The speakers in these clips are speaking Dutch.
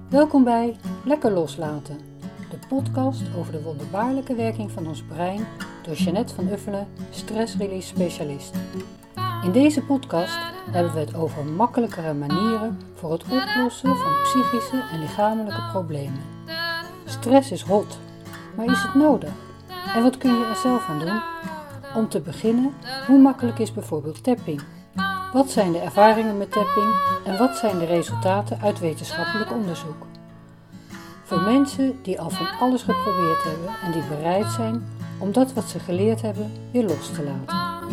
Welkom bij Lekker Loslaten, de podcast over de wonderbaarlijke werking van ons brein door Jeanette van Uffelen, stress-release specialist. In deze podcast hebben we het over makkelijkere manieren voor het oplossen van psychische en lichamelijke problemen. Stress is hot, maar is het nodig? En wat kun je er zelf aan doen? Om te beginnen, hoe makkelijk is bijvoorbeeld tapping? Wat zijn de ervaringen met tapping en wat zijn de resultaten uit wetenschappelijk onderzoek? Voor mensen die al van alles geprobeerd hebben en die bereid zijn om dat wat ze geleerd hebben weer los te laten.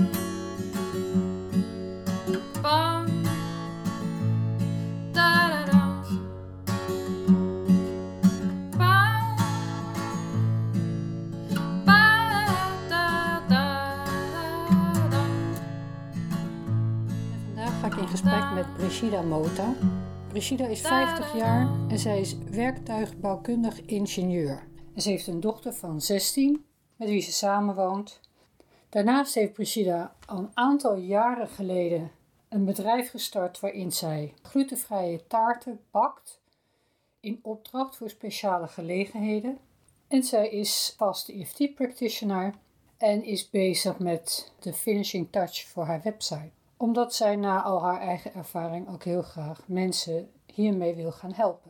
Vandaag ga ik in gesprek met Brigida Mota. Brigida is 50 jaar en zij is werktuigbouwkundig ingenieur. En ze heeft een dochter van 16 met wie ze samenwoont. Daarnaast heeft Brigida al een aantal jaren geleden een bedrijf gestart waarin zij glutenvrije taarten bakt in opdracht voor speciale gelegenheden. En zij is vast EFT practitioner en is bezig met de finishing touch voor haar website. Omdat zij na al haar eigen ervaring ook heel graag mensen hiermee wil gaan helpen.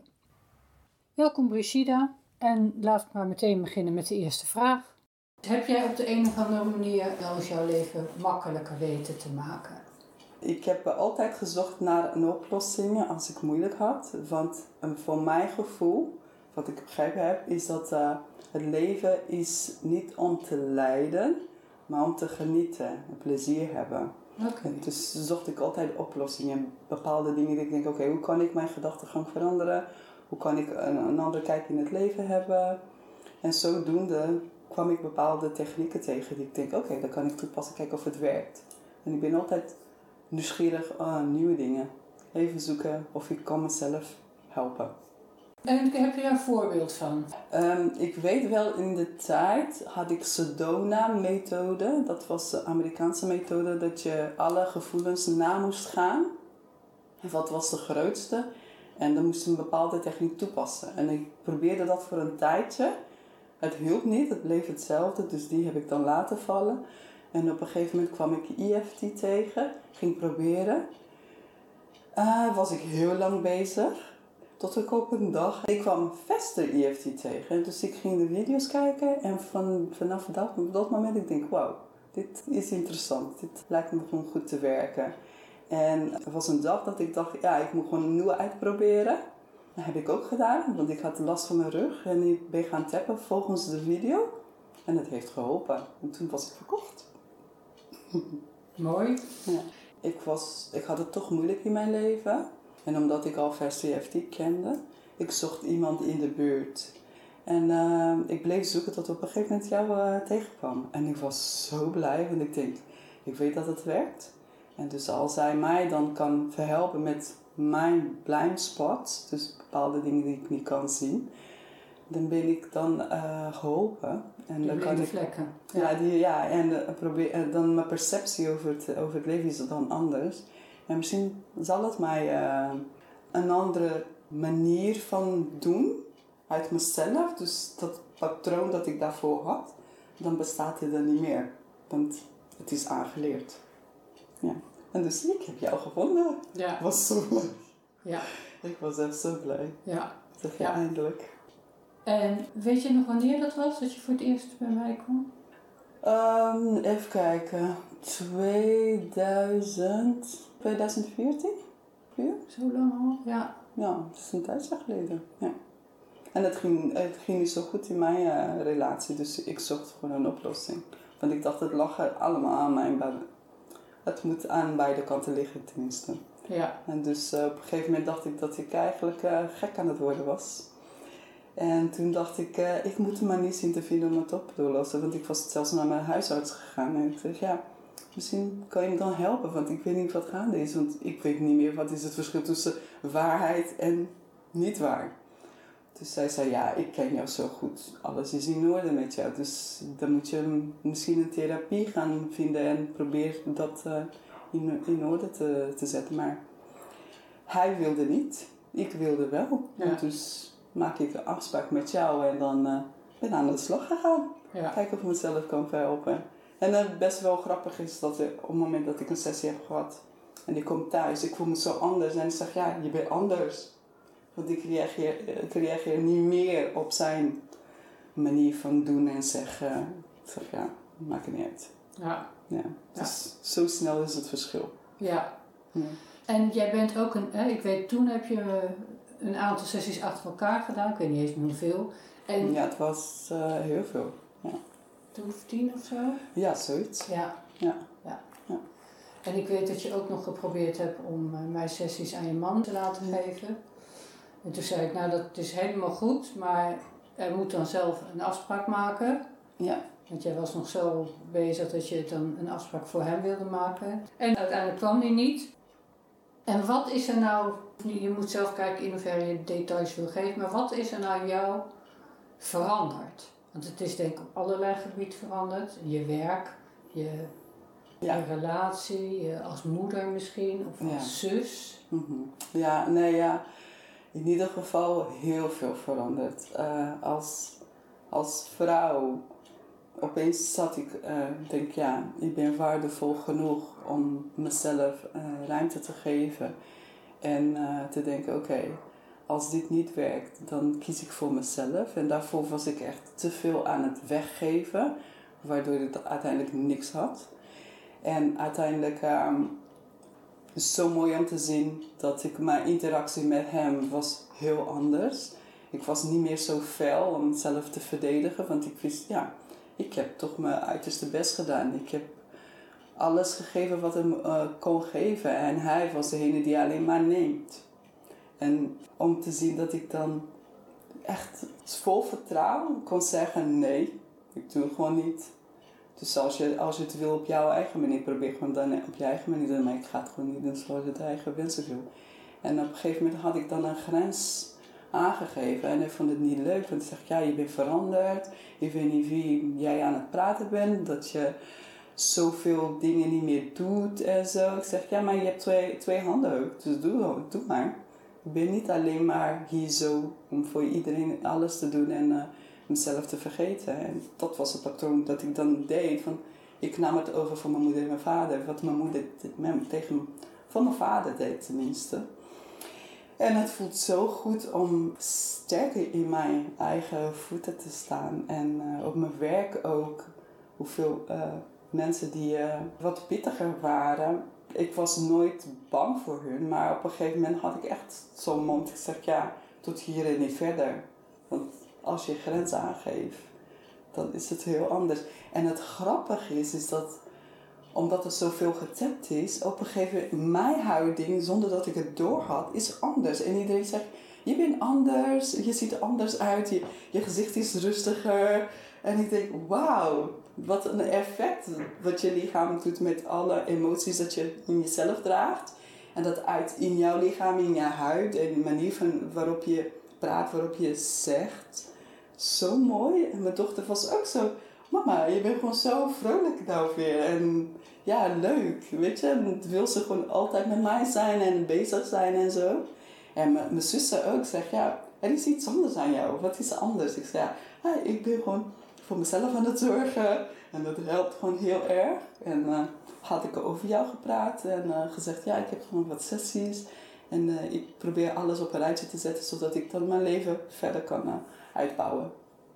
Welkom Brigida en laat ik maar meteen beginnen met de eerste vraag. Heb jij op de een of andere manier wel eens jouw leven makkelijker weten te maken? Ik heb altijd gezocht naar een oplossing als ik moeilijk had. Want voor mijn gevoel, wat ik begrepen heb, is dat het leven is niet om te lijden, maar om te genieten en plezier hebben. Okay. Dus zocht ik altijd oplossingen. Bepaalde dingen die ik denk, oké, hoe kan ik mijn gedachtegang veranderen? Hoe kan ik een ander kijk in het leven hebben? En zodoende kwam ik bepaalde technieken tegen die ik denk, oké, dat kan ik toepassen, kijken of het werkt. En ik ben altijd nieuwsgierig aan nieuwe dingen. Even zoeken of ik kan mezelf helpen. En heb je daar een voorbeeld van? Ik weet wel, in de tijd had ik Sedona-methode. Dat was de Amerikaanse methode dat je alle gevoelens na moest gaan. En wat was de grootste? En dan moest je een bepaalde techniek toepassen. En ik probeerde dat voor een tijdje. Het hielp niet, het bleef hetzelfde. Dus die heb ik dan laten vallen. En op een gegeven moment kwam ik EFT tegen. Ging proberen. Was ik heel lang bezig. Tot ik op een dag, ik kwam Vester EFT tegen. Dus ik ging de video's kijken en vanaf dat moment ik denk, wauw, dit is interessant. Dit lijkt me gewoon goed te werken. En er was een dag dat ik dacht, ja, ik moet gewoon een nieuwe uitproberen. Dat heb ik ook gedaan, want ik had last van mijn rug. En ik ben gaan tappen volgens de video. En het heeft geholpen. En toen was ik verkocht. Mooi. Ja. Ik had het toch moeilijk in mijn leven. En omdat ik al Vester EFT kende, ik zocht iemand in de buurt. En ik bleef zoeken tot op een gegeven moment jou tegenkwam. En ik was zo blij, want ik denk, ik weet dat het werkt. En dus als zij mij dan kan verhelpen met mijn blind spots, dus bepaalde dingen die ik niet kan zien, dan ben ik dan geholpen. En dan kan ik vlekken. En dan mijn perceptie over het leven is dan anders. En misschien zal het mij een andere manier van doen uit mezelf. Dus dat patroon dat ik daarvoor had, dan bestaat het dan niet meer. Want het is aangeleerd. Ja. En dus ik heb jou gevonden. Ja. Het was zo leuk. Ja. Ik was echt zo blij. Ja. Zeg je eindelijk. En weet je nog wanneer dat was dat je voor het eerst bij mij kwam? Even kijken. 2014? Zo lang al? Ja. Ja, het is een tijdje geleden. Ja. En het ging niet zo goed in mijn relatie, dus ik zocht gewoon een oplossing. Want ik dacht, het lag er allemaal aan mijn het moet aan beide kanten liggen tenminste. Ja. En dus op een gegeven moment dacht ik dat ik eigenlijk gek aan het worden was. En toen dacht ik moet er maar niet zien te vinden om het op te lossen. Want ik was zelfs naar mijn huisarts gegaan. En ik zei, ja, misschien kan je me dan helpen. Want ik weet niet wat gaande is. Want ik weet niet meer wat is het verschil tussen waarheid en niet waar. Dus zij zei, ja, ik ken jou zo goed. Alles is in orde met jou. Dus dan moet je misschien een therapie gaan vinden. En probeer dat in orde te zetten. Maar hij wilde niet. ik wilde wel. Ja. Dus maak ik een afspraak met jou en dan ben ik aan de slag gegaan. Ja. Kijken of ik mezelf kan verhelpen. En het best wel grappig is dat op het moment dat ik een sessie heb gehad en ik kom thuis, ik voel me zo anders en ik zeg ja, je bent anders. Want ik reageer niet meer op zijn manier van doen en zeggen. Ik zeg ja, maakt het niet uit. Ja. Ja. Dus zo snel is het verschil. Ja. Ja. En jij bent ook ik weet toen heb je een aantal sessies achter elkaar gedaan, ik weet niet eens meer hoeveel. En Ja, het was heel veel. Ja. 10 of zo? Ja, zoiets. Ja. Ja. En ik weet dat je ook nog geprobeerd hebt om mijn sessies aan je man te laten geven. En toen zei ik, nou dat is helemaal goed, maar er moet dan zelf een afspraak maken. Ja. Want jij was nog zo bezig dat je dan een afspraak voor hem wilde maken. En uiteindelijk kwam die niet. En wat is er nou, je moet zelf kijken in hoeverre je details wil geven, maar wat is er nou jou veranderd? Want het is denk ik op allerlei gebieden veranderd. Je werk, je relatie, je als moeder misschien, of als zus. Mm-hmm. Ja, nee, ja. In ieder geval heel veel veranderd. Als vrouw, opeens zat ik, denk ja, ik ben waardevol genoeg om mezelf ruimte te geven. En te denken, oké, als dit niet werkt, dan kies ik voor mezelf. En daarvoor was ik echt te veel aan het weggeven, waardoor ik uiteindelijk niks had. En uiteindelijk is het zo mooi om te zien dat mijn interactie met hem was heel anders. Ik was niet meer zo fel om mezelf te verdedigen, want ik wist, ja, ik heb toch mijn uiterste best gedaan. Ik heb alles gegeven wat hem kon geven en hij was degene die alleen maar neemt. En om te zien dat ik dan echt vol vertrouwen kon zeggen, nee, ik doe het gewoon niet. Dus als je het wil op jouw eigen manier, probeer gewoon dan op je eigen manier te doen. Maar ik ga het gewoon niet doen zoals je het eigen wensen wil. En op een gegeven moment had ik dan een grens aangegeven. En hij vond het niet leuk. Want hij zegt, ja, je bent veranderd. Ik weet niet wie jij aan het praten bent. Dat je zoveel dingen niet meer doet en zo. Ik zeg, ja, maar je hebt twee handen ook. Dus doe maar. Ik ben niet alleen maar hier zo om voor iedereen alles te doen en mezelf te vergeten. En dat was het patroon dat ik dan deed. Ik nam het over van mijn moeder en mijn vader. Wat mijn moeder van mijn vader deed tenminste. En het voelt zo goed om sterker in mijn eigen voeten te staan. En op mijn werk ook. Hoeveel mensen die wat pittiger waren. Ik was nooit bang voor hun. Maar op een gegeven moment had ik echt zo'n moment gezegd. Ja, tot hier en niet verder. Want als je grenzen aangeeft, dan is het heel anders. En het grappige is dat, omdat er zoveel getapt is, op een gegeven moment mijn houding, zonder dat ik het door had, is anders. En iedereen zegt, je bent anders, je ziet er anders uit, je gezicht is rustiger. En ik denk, wauw, wat een effect wat je lichaam doet met alle emoties dat je in jezelf draagt. En dat uit in jouw lichaam, in je huid en de manier waarop je praat, waarop je zegt. Zo mooi. En mijn dochter was ook zo, mama, je bent gewoon zo vrolijk nou weer. En ja, leuk, weet je. En wil ze gewoon altijd met mij zijn en bezig zijn en zo. En mijn zussen ook zegt, ja, er is iets anders aan jou. Wat is anders? Ik zeg, ja, ik ben gewoon voor mezelf aan het zorgen. En dat helpt gewoon heel erg. En had ik over jou gepraat en gezegd, ja, ik heb gewoon wat sessies. En ik probeer alles op een rijtje te zetten, zodat ik dan mijn leven verder kan uitbouwen.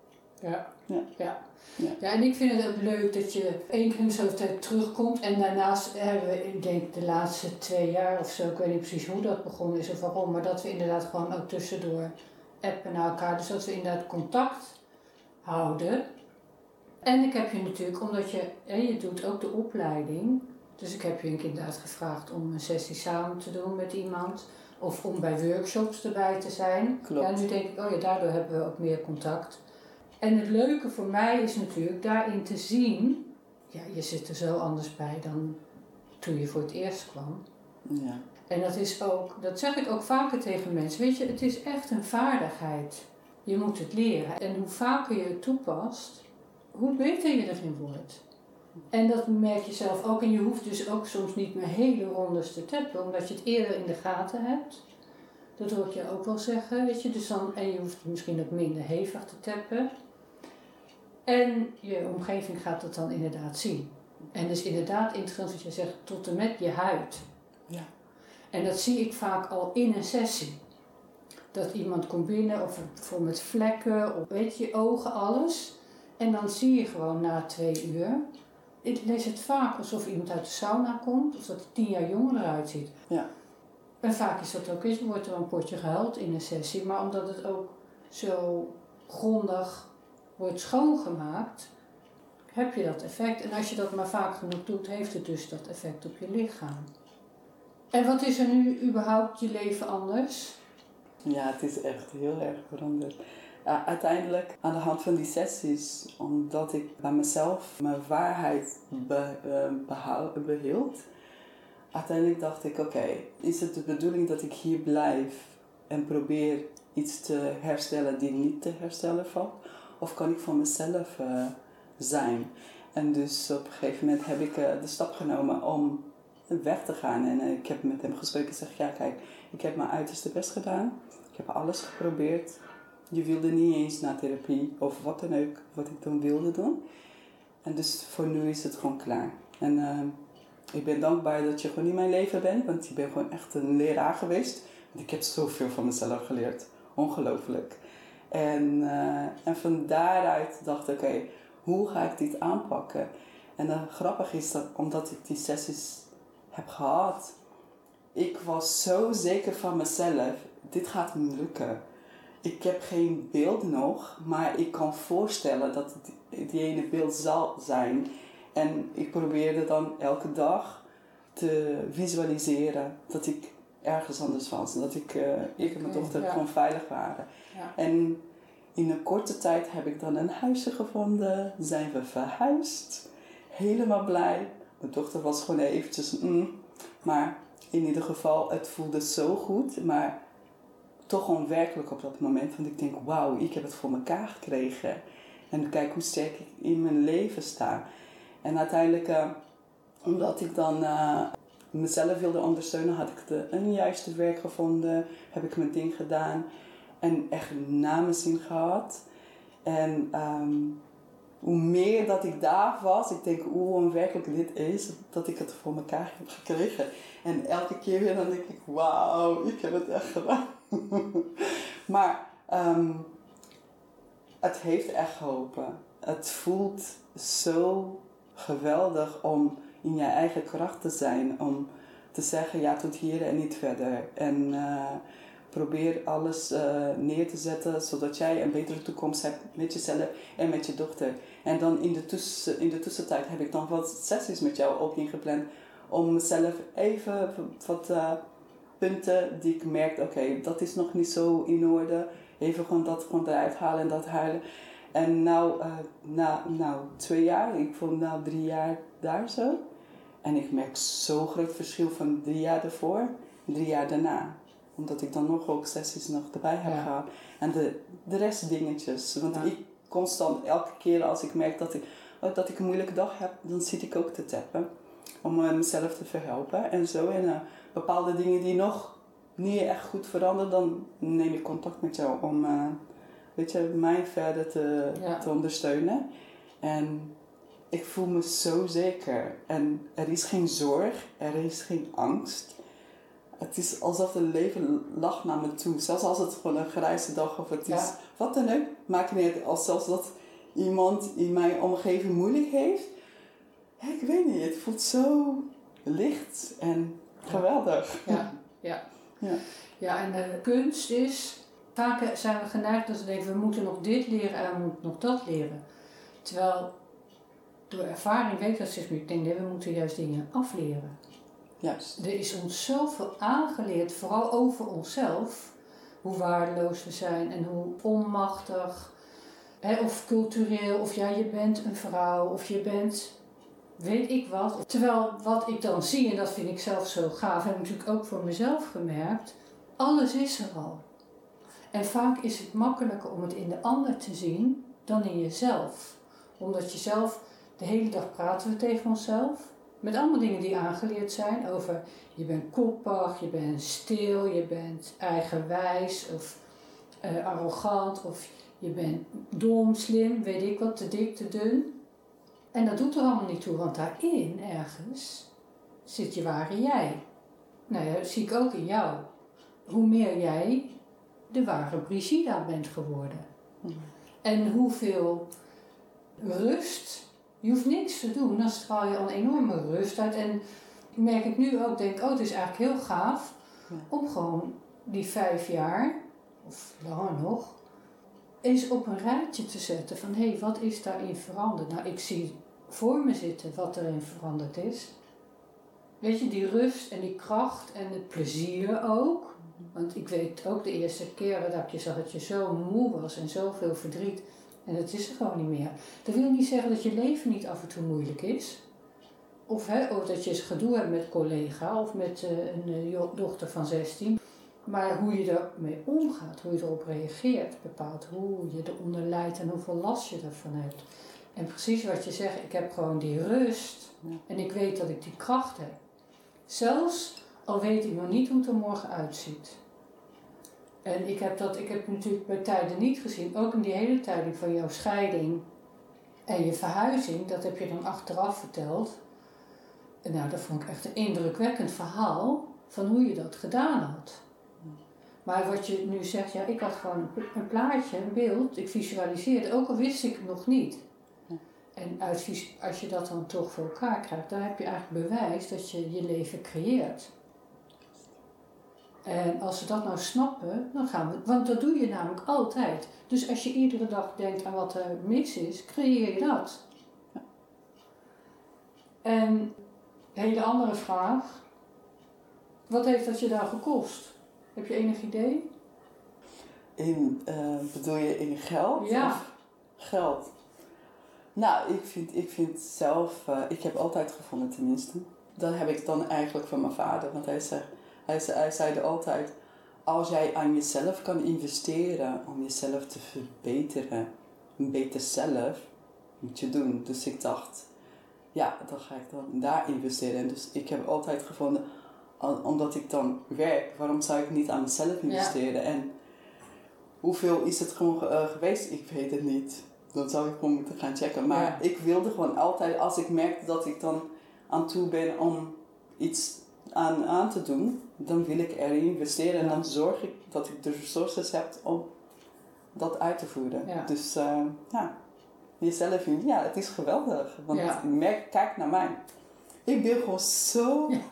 Ja, en ik vind het ook leuk dat je 1 keer in de zoveel tijd terugkomt. En daarnaast hebben we, ik denk de laatste 2 jaar of zo, ik weet niet precies hoe dat begonnen is of waarom. Maar dat we inderdaad gewoon ook tussendoor appen naar elkaar. Dus dat we inderdaad contact houden. En ik heb je natuurlijk, omdat je doet ook de opleiding. Dus ik heb je inderdaad gevraagd om een sessie samen te doen met iemand. Of om bij workshops erbij te zijn. Klopt. Ja, nu denk ik, daardoor hebben we ook meer contact. En het leuke voor mij is natuurlijk daarin te zien. Ja, je zit er zo anders bij dan toen je voor het eerst kwam. Ja. En dat is ook, dat zeg ik ook vaker tegen mensen. Weet je, het is echt een vaardigheid. Je moet het leren. En hoe vaker je het toepast, hoe beter je erin wordt. En dat merk je zelf ook. En je hoeft dus ook soms niet meer hele rondes te tappen, omdat je het eerder in de gaten hebt. Dat hoor ik je ook wel zeggen, weet je. Dus dan, en je hoeft misschien ook minder hevig te tappen. En je omgeving gaat dat dan inderdaad zien. En dus inderdaad interessant wat je zegt, tot en met je huid. Ja. En dat zie ik vaak al in een sessie. Dat iemand komt binnen, of bijvoorbeeld met vlekken, of weet je, ogen, alles. En dan zie je gewoon na 2 uur, ik lees het vaak alsof iemand uit de sauna komt, of dat hij 10 jaar jonger eruit ziet. Ja. En vaak is dat ook, er wordt er een potje gehuild in een sessie, maar omdat het ook zo grondig wordt schoongemaakt, heb je dat effect. En als je dat maar vaak genoeg doet, heeft het dus dat effect op je lichaam. En wat is er nu überhaupt je leven anders? Ja, het is echt heel erg veranderd. Uiteindelijk aan de hand van die sessies, omdat ik bij mezelf mijn waarheid behield, uiteindelijk dacht ik, oké, is het de bedoeling dat ik hier blijf en probeer iets te herstellen die niet te herstellen valt? Of kan ik voor mezelf zijn? En dus op een gegeven moment heb ik de stap genomen om weg te gaan. En ik heb met hem gesproken en gezegd, ja kijk, ik heb mijn uiterste best gedaan. Ik heb alles geprobeerd. Je wilde niet eens naar therapie of wat dan ook, wat ik dan wilde doen. En dus voor nu is het gewoon klaar. En ik ben dankbaar dat je gewoon in mijn leven bent, want je bent gewoon echt een leraar geweest. Want ik heb zoveel van mezelf geleerd. Ongelooflijk. En van daaruit dacht ik, oké, hoe ga ik dit aanpakken? En grappig is dat, omdat ik die sessies heb gehad, ik was zo zeker van mezelf, dit gaat me lukken. Ik heb geen beeld nog, maar ik kan voorstellen dat het die ene beeld zal zijn. En ik probeerde dan elke dag te visualiseren dat ik ergens anders was. Dat ik en mijn dochter gewoon veilig waren. Ja. En in een korte tijd heb ik dan een huisje gevonden. Zijn we verhuisd. Helemaal blij. Mijn dochter was gewoon eventjes maar in ieder geval, het voelde zo goed. Maar toch onwerkelijk op dat moment. Want ik denk, wauw, ik heb het voor elkaar gekregen. En kijk hoe sterk ik in mijn leven sta. En uiteindelijk, omdat ik dan mezelf wilde ondersteunen, had ik een juiste werk gevonden. Heb ik mijn ding gedaan. En echt na mijn zin gehad. En hoe meer dat ik daar was, ik denk hoe onwerkelijk dit is, dat ik het voor elkaar heb gekregen. En elke keer weer dan denk ik, wauw, ik heb het echt gedaan. Maar het heeft echt geholpen. Het voelt zo geweldig om in je eigen kracht te zijn. Om te zeggen, ja, tot hier en niet verder. En probeer alles neer te zetten, zodat jij een betere toekomst hebt met jezelf en met je dochter. En dan in de tussentijd heb ik dan wat sessies met jou ook ingepland. Om mezelf even wat punten die ik merk, oké, dat is nog niet zo in orde. Even gewoon dat gewoon eruit halen en dat huilen. En nou 2 jaar, ik vond 3 jaar daar zo. En ik merk zo'n groot verschil van 3 jaar ervoor en 3 jaar daarna. Omdat ik dan nog ook sessies nog erbij heb gehad. En de rest dingetjes. Want ik constant, elke keer als ik merk dat ik een moeilijke dag heb, dan zit ik ook te tappen. Om mezelf te verhelpen en zo. En bepaalde dingen die nog niet echt goed veranderen, dan neem ik contact met jou om mij verder te ondersteunen. En ik voel me zo zeker. En er is geen zorg, er is geen angst. Het is alsof het leven lacht naar me toe. Zelfs als het gewoon een grijze dag of het is wat dan ook. Maakt niet uit. Als zelfs dat iemand in mijn omgeving moeilijk heeft. Ja, ik weet niet. Het voelt zo licht en geweldig. Ja, en de kunst is, vaak zijn we geneigd dat we denken, we moeten nog dit leren en we moeten nog dat leren. Terwijl, door ervaring weet ik dat steeds meer. Ik denk, nee, we moeten juist dingen afleren. Juist. Er is ons zoveel aangeleerd, vooral over onszelf, hoe waardeloos we zijn en hoe onmachtig, of cultureel, of je bent een vrouw, of je bent weet ik wat. Terwijl wat ik dan zie, en dat vind ik zelf zo gaaf, heb ik natuurlijk ook voor mezelf gemerkt, alles is er al. En vaak is het makkelijker om het in de ander te zien dan in jezelf. Omdat je zelf, de hele dag praten we tegen onszelf. Met allemaal dingen die aangeleerd zijn over je bent koppig, je bent stil, je bent eigenwijs of arrogant of je bent dom, slim, weet ik wat, te dik, te dun. En dat doet er allemaal niet toe, want daarin ergens zit je ware jij. Nou ja, dat zie ik ook in jou. Hoe meer jij de ware Brigida bent geworden. En hoeveel rust, je hoeft niks te doen, dan straal je al een enorme rust uit. En merk ik nu ook, denk het is eigenlijk heel gaaf om gewoon die 5 jaar, of langer nog, eens op een rijtje te zetten van hé, wat is daarin veranderd? Nou, ik zie voor me zitten wat erin veranderd is. Weet je, die rust en die kracht en het plezier ook. Want ik weet ook de eerste keren dat ik je zag dat je zo moe was en zoveel verdriet. En dat is er gewoon niet meer. Dat wil niet zeggen dat je leven niet af en toe moeilijk is. Of dat je eens gedoe hebt met collega of met een dochter van 16. Maar hoe je ermee omgaat, hoe je erop reageert, bepaalt hoe je eronder lijdt en hoeveel last je ervan hebt. En precies wat je zegt, ik heb gewoon die rust en ik weet dat ik die kracht heb. Zelfs al weet ik nog niet hoe het er morgen uitziet. En ik heb natuurlijk bij tijden niet gezien, ook in die hele tijden van jouw scheiding en je verhuizing, dat heb je dan achteraf verteld. En nou, dat vond ik echt een indrukwekkend verhaal van hoe je dat gedaan had. Maar wat je nu zegt, ja, ik had gewoon een plaatje, een beeld, ik visualiseerde, ook al wist ik het nog niet. En als je dat dan toch voor elkaar krijgt, dan heb je eigenlijk bewijs dat je je leven creëert. En als we dat nou snappen, dan gaan we, want dat doe je namelijk altijd. Dus als je iedere dag denkt aan wat er mis is, creëer je dat. En een hele andere vraag, wat heeft dat je daar gekost? Heb je enig idee? Bedoel je in geld? Ja. Of geld? Nou, ik vind zelf, ik heb altijd gevonden tenminste. Dat heb ik dan eigenlijk van mijn vader. Want hij zei altijd, als jij aan jezelf kan investeren om jezelf te verbeteren, een beter zelf, moet je doen. Dus ik dacht, ja, dan ga ik dan daar investeren. En dus ik heb altijd gevonden, omdat ik dan werk, waarom zou ik niet aan mezelf investeren? Ja. En hoeveel is het gewoon geweest? Ik weet het niet. Dan zou ik gewoon moeten gaan checken. Maar ik wilde gewoon altijd, als ik merkte dat ik dan aan toe ben om iets aan te doen, dan wil ik erin investeren. En dan zorg ik dat ik de resources heb om dat uit te voeren. Ja. Dus jezelf in, het is geweldig. Want kijk naar mij. Ik ben gewoon zo... Ja.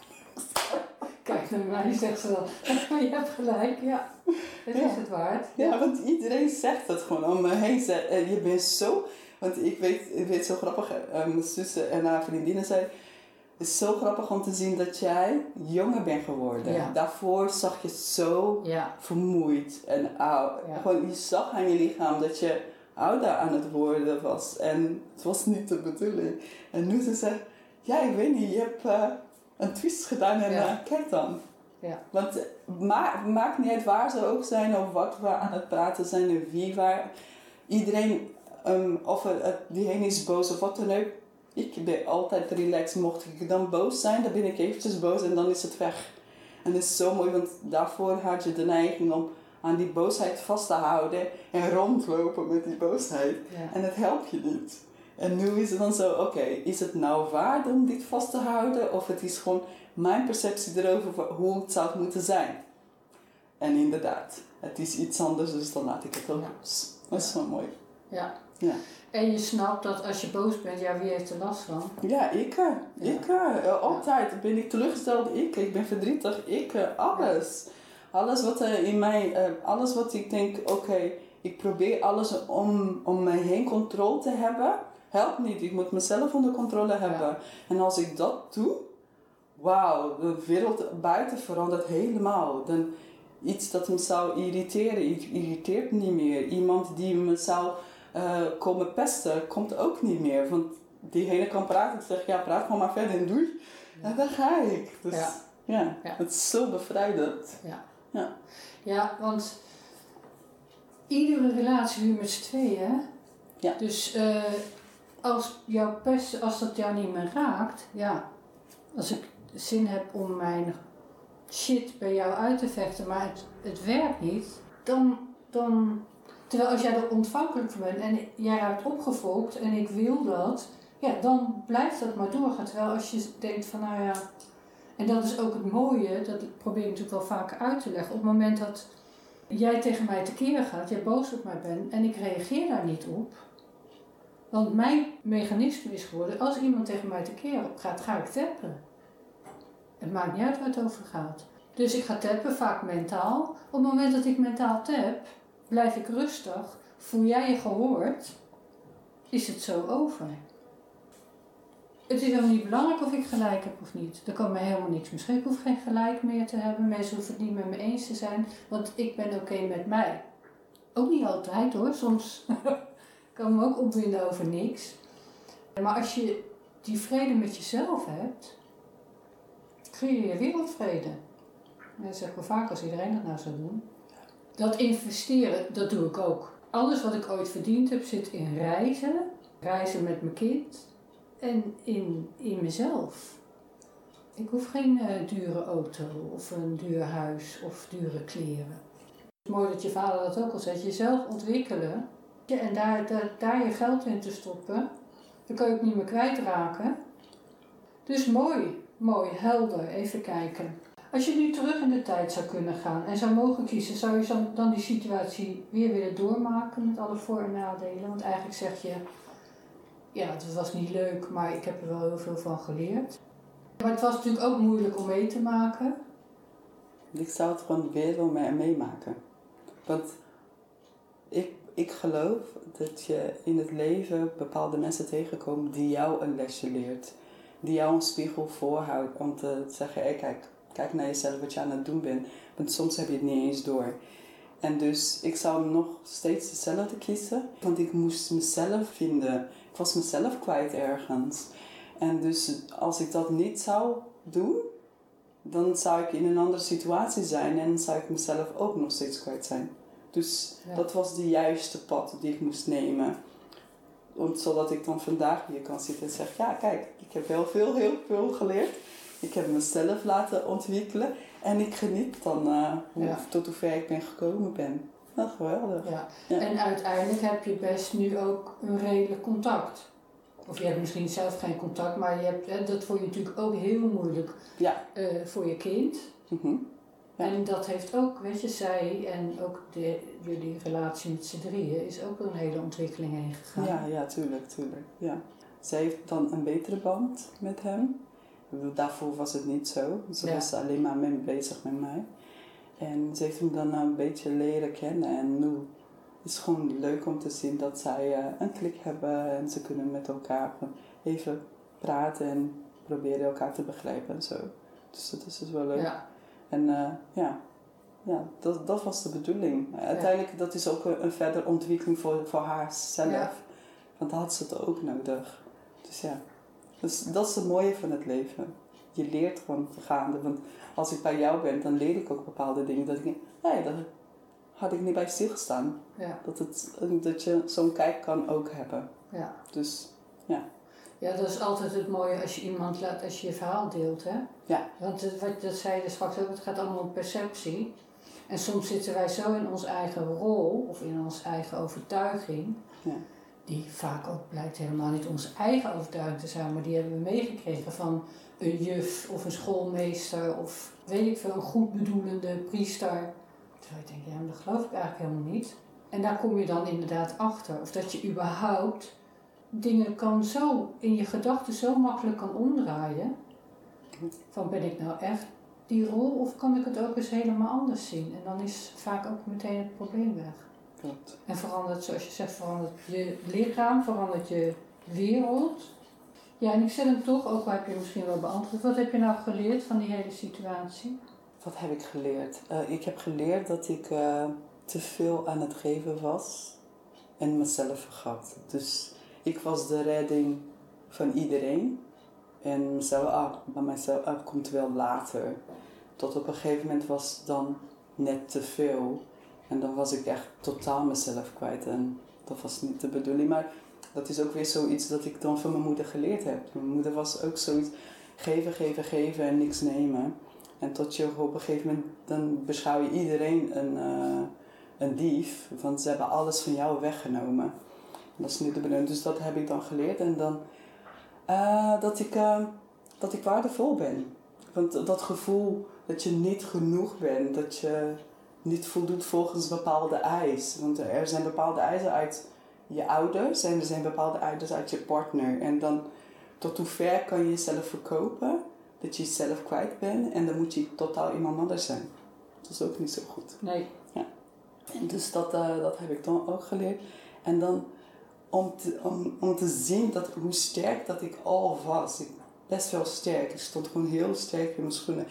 Kijk naar mij, zegt ze dan. Maar je hebt gelijk, ja. Het is het waard. Ja, want iedereen zegt het gewoon om me heen. Je bent zo... Want ik weet zo grappig, mijn zussen en haar vriendinnen zeiden... Het is zo grappig om te zien dat jij jonger bent geworden. Ja. Daarvoor zag je zo vermoeid en oud. Ja. Gewoon, je zag aan je lichaam dat je ouder aan het worden was. En het was niet de bedoeling. En nu ze zegt, ik weet niet, je hebt een twist gedaan en kijk dan. Ja. Want het maakt niet uit waar ze ook zijn of wat we aan het praten zijn en wie waar. Iedereen, of diegene is boos of wat dan ook. Ik ben altijd relaxed. Mocht ik dan boos zijn, dan ben ik eventjes boos en dan is het weg. En dat is zo mooi, want daarvoor had je de neiging om aan die boosheid vast te houden en rondlopen met die boosheid. Ja. En dat helpt je niet. En nu is het dan zo, oké, is het nou waard om dit vast te houden? Of het is gewoon mijn perceptie erover hoe het zou moeten zijn. En inderdaad, het is iets anders, dus dan laat ik het ook los. Dat is zo mooi. Ja. En je snapt dat als je boos bent, wie heeft er last van? Ja, ik. Altijd ben ik teleurgesteld, ik ben verdrietig, alles. Ja. Alles wat er in mij, alles wat ik denk, ik probeer alles om me heen controle te hebben, helpt niet. Ik moet mezelf onder controle hebben. Ja. En als ik dat doe, wauw, de wereld buiten verandert helemaal. Dan iets dat me zou irriteren, irriteert niet meer. Iemand die me zou komen pesten, komt ook niet meer. Want diegene kan praten en zegt, praat gewoon maar verder en doei. Ja. En dan ga ik. Dus het is zo bevrijdend. Ja, want iedere relatie nu met z'n tweeën. Ja. Dus als dat jou niet meer raakt, ja, als ik zin heb om mijn shit bij jou uit te vechten, maar het werkt niet, dan terwijl als jij er ontvankelijk voor bent en jij raakt opgefokt en ik wil dat, ja, dan blijft dat maar doorgaan. Terwijl als je denkt van nou ja, en dat is ook het mooie, dat ik probeer natuurlijk wel vaker uit te leggen, op het moment dat jij tegen mij tekeer gaat, jij boos op mij bent en ik reageer daar niet op. Want mijn mechanisme is geworden, als iemand tegen mij tekeer gaat, ga ik tappen. Het maakt niet uit waar het over gaat. Dus ik ga tappen, vaak mentaal. Op het moment dat ik mentaal tap, blijf ik rustig. Voel jij je gehoord, is het zo over. Het is helemaal niet belangrijk of ik gelijk heb of niet. Er kan mij helemaal niks meer schelen. Ik hoef geen gelijk meer te hebben. Mensen hoeven het niet met me eens te zijn. Want ik ben oké met mij. Ook niet altijd hoor. Soms kan ik me ook opwinden over niks. Maar als je die vrede met jezelf hebt, creëer je wereldvrede. Dat zeg ik wel vaak als iedereen dat nou zou doen. Dat investeren, dat doe ik ook. Alles wat ik ooit verdiend heb zit in reizen. Reizen met mijn kind. En in mezelf. Ik hoef geen dure auto of een duur huis of dure kleren. Het is mooi dat je vader dat ook al zegt. Jezelf ontwikkelen. En daar je geld in te stoppen. Dan kan je ook niet meer kwijtraken. Dus mooi, helder. Even kijken. Als je nu terug in de tijd zou kunnen gaan en zou mogen kiezen, zou je dan die situatie weer willen doormaken met alle voor- en nadelen? Want eigenlijk zeg je, ja, het was niet leuk, maar ik heb er wel heel veel van geleerd. Maar het was natuurlijk ook moeilijk om mee te maken. Ik zou het gewoon weer meemaken. Want ik geloof dat je in het leven bepaalde mensen tegenkomt die jou een lesje leert. Die jou een spiegel voorhoudt om te zeggen, hey, kijk naar jezelf wat je aan het doen bent. Want soms heb je het niet eens door. En dus ik zou nog steeds hetzelfde kiezen. Want ik moest mezelf vinden. Ik was mezelf kwijt ergens. En dus als ik dat niet zou doen, dan zou ik in een andere situatie zijn. En zou ik mezelf ook nog steeds kwijt zijn. Dus dat was de juiste pad die ik moest nemen. Zodat ik dan vandaag hier kan zitten en zeggen, ja kijk, ik heb wel heel veel geleerd. Ik heb mezelf laten ontwikkelen. En ik geniet dan tot hoever ik ben gekomen ben. Nou, geweldig. Ja. Ja. En uiteindelijk heb je best nu ook een redelijk contact. Of je hebt misschien zelf geen contact, maar je hebt, dat vond je natuurlijk ook heel moeilijk voor je kind. Mm-hmm. Ja. En dat heeft ook, weet je, zij en ook jullie relatie met z'n drieën is ook een hele ontwikkeling heen gegaan. Ja, tuurlijk. Ja. Zij heeft dan een betere band met hem. Daarvoor was het niet zo. Ze was alleen maar bezig met mij. En ze heeft hem dan een beetje leren kennen. En nu is het gewoon leuk om te zien dat zij een klik hebben. En ze kunnen met elkaar even praten en proberen elkaar te begrijpen en zo. Dus dat is dus wel leuk. Ja. En dat was de bedoeling. Uiteindelijk, dat is ook een verdere ontwikkeling voor haarzelf. Ja. Want dat had ze het ook nodig. Dus ja. Dus dat is het mooie van het leven. Je leert gewoon gaande. Want als ik bij jou ben, dan leer ik ook bepaalde dingen. Dat ik denk, nee, daar had ik niet bij stilgestaan. Ja. Dat je zo'n kijk kan ook hebben. Ja. Dus, ja. Ja, dat is altijd het mooie als je iemand laat, als je je verhaal deelt, hè? Ja. Want wat zei je straks ook, het gaat allemaal om perceptie. En soms zitten wij zo in onze eigen rol, of in onze eigen overtuiging... Ja. Die vaak ook blijkt helemaal niet onze eigen overtuiging te zijn, maar die hebben we meegekregen van een juf of een schoolmeester of weet ik veel, een goed bedoelende priester. Terwijl je denkt, ja, maar dat geloof ik eigenlijk helemaal niet. En daar kom je dan inderdaad achter. Of dat je überhaupt dingen kan zo in je gedachten zo makkelijk kan omdraaien. Van ben ik nou echt die rol of kan ik het ook eens helemaal anders zien? En dan is vaak ook meteen het probleem weg. Klopt. En verandert, zoals je zegt, verandert je lichaam, verandert je wereld. Ja, en ik zet hem toch, ook al heb je misschien wel beantwoord. Wat heb je nou geleerd van die hele situatie? Wat heb ik geleerd? Ik heb geleerd dat ik te veel aan het geven was en mezelf vergat. Dus ik was de redding van iedereen. En mezelf, bij mijzelf komt wel later. Tot op een gegeven moment was het dan net te veel. En dan was ik echt totaal mezelf kwijt. En dat was niet de bedoeling. Maar Dat is ook weer zoiets dat ik dan van mijn moeder geleerd heb. Mijn moeder was ook zoiets, geven, geven, geven en niks nemen. En tot je op een gegeven moment, dan beschouw je iedereen een dief. Want ze hebben alles van jou weggenomen. En dat is niet de bedoeling. Dus dat heb ik dan geleerd. En dan dat ik waardevol ben. Want dat gevoel dat je niet genoeg bent. Dat je niet voldoet volgens bepaalde eisen. Want er zijn bepaalde eisen uit je ouders. En er zijn bepaalde eisen uit je partner. En dan tot hoe ver kan je jezelf verkopen. Dat je jezelf kwijt bent. En dan moet je totaal iemand anders zijn. Dat is ook niet zo goed. Nee. Ja. En dus dat heb ik dan ook geleerd. En dan om te zien hoe sterk dat ik al was. Best wel sterk. Ik stond gewoon heel sterk in mijn schoenen.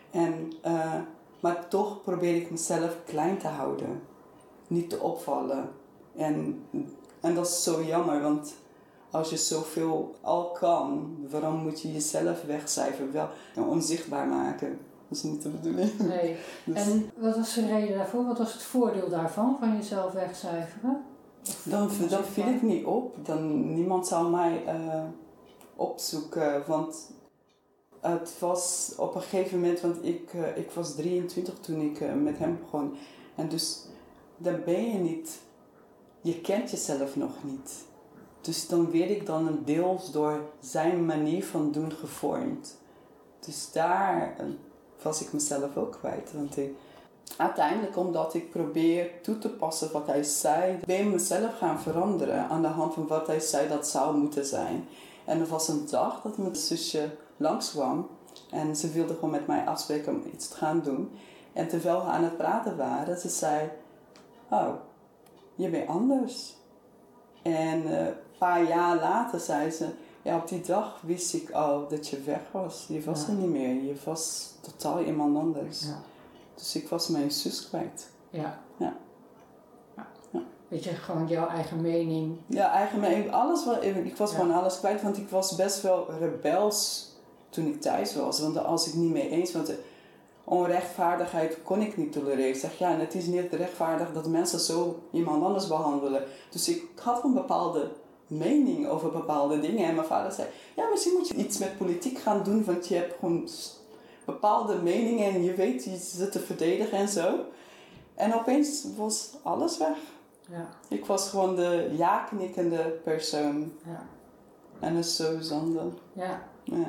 Maar toch probeer ik mezelf klein te houden. Niet te opvallen. En dat is zo jammer, want als je zoveel al kan, waarom moet je jezelf wegcijferen? Wel onzichtbaar maken. Dat is niet de bedoeling. Nee. Dus. En wat was de reden daarvoor? Wat was het voordeel daarvan, van jezelf wegcijferen? Dan viel ik niet op. Niemand zou mij opzoeken. Want het was op een gegeven moment, want ik was 23 toen ik met hem begon. En dus dan ben je niet, je kent jezelf nog niet. Dus dan werd ik dan een deels door zijn manier van doen gevormd. Dus daar was ik mezelf ook kwijt. Want uiteindelijk, omdat ik probeer toe te passen wat hij zei, ben ik mezelf gaan veranderen aan de hand van wat hij zei dat zou moeten zijn. En er was een dag dat mijn zusje langskwam en ze wilde gewoon met mij afspreken om iets te gaan doen. En terwijl we aan het praten waren, ze zei, oh, je bent anders. En een paar jaar later zei ze, ja, op die dag wist ik al dat je weg was. Je was er niet meer, je was totaal iemand anders. Ja. Dus ik was mijn zus kwijt. Ja. Ja. Weet je, gewoon jouw eigen mening. Ja, eigen mening. Ik was gewoon alles kwijt, want ik was best wel rebels toen ik thuis was. Want als ik niet mee eens was, onrechtvaardigheid kon ik niet tolereren. Ik zeg, ja, en het is niet rechtvaardig dat mensen zo iemand anders behandelen. Dus ik had een bepaalde mening over bepaalde dingen. En mijn vader zei, ja, misschien moet je iets met politiek gaan doen, want je hebt gewoon bepaalde meningen en je weet ze te verdedigen en zo. En opeens was alles weg. Ja. Ik was gewoon de ja-knikkende persoon. Ja. En dat is zo zonde. Ja. Ja.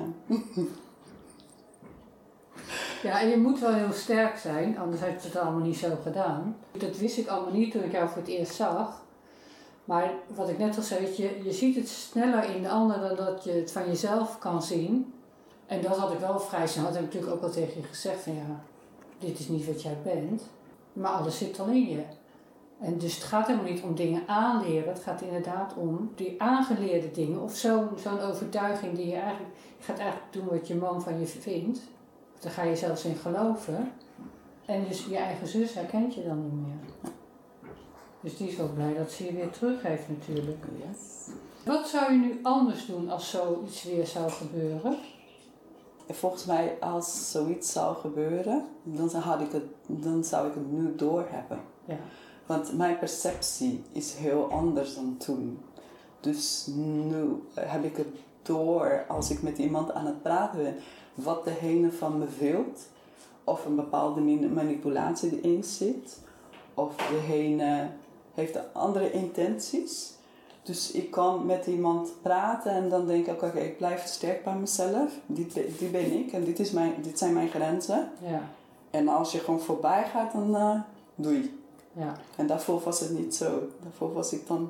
Ja, en je moet wel heel sterk zijn, anders had je het allemaal niet zo gedaan. Dat wist ik allemaal niet toen ik jou voor het eerst zag. Maar wat ik net al zei, je ziet het sneller in de ander dan dat je het van jezelf kan zien. En dat had ik wel vrij snel. Dat heb ik natuurlijk ook al tegen je gezegd van ja, dit is niet wat jij bent. Maar alles zit dan in je. En dus het gaat helemaal niet om dingen aanleren. Het gaat inderdaad om die aangeleerde dingen. Of zo'n overtuiging die je gaat eigenlijk doen wat je man van je vindt. Of daar ga je zelfs in geloven. En dus je eigen zus herkent je dan niet meer. Dus die is wel blij dat ze je weer terug heeft natuurlijk. Yes. Wat zou je nu anders doen als zoiets weer zou gebeuren? Volgens mij, als zoiets zou gebeuren, dan zou ik het nu doorhebben. Ja. Want mijn perceptie is heel anders dan toen. Dus nu heb ik het door als ik met iemand aan het praten ben. Wat degene van me wilt. Of een bepaalde manipulatie erin zit. Of degene heeft andere intenties. Dus ik kan met iemand praten en dan denk ik, oké, ik blijf sterk bij mezelf. Die ben ik en dit zijn mijn grenzen. Ja. En als je gewoon voorbij gaat, dan doei. Ja. En daarvoor was het niet zo. Daarvoor was ik dan,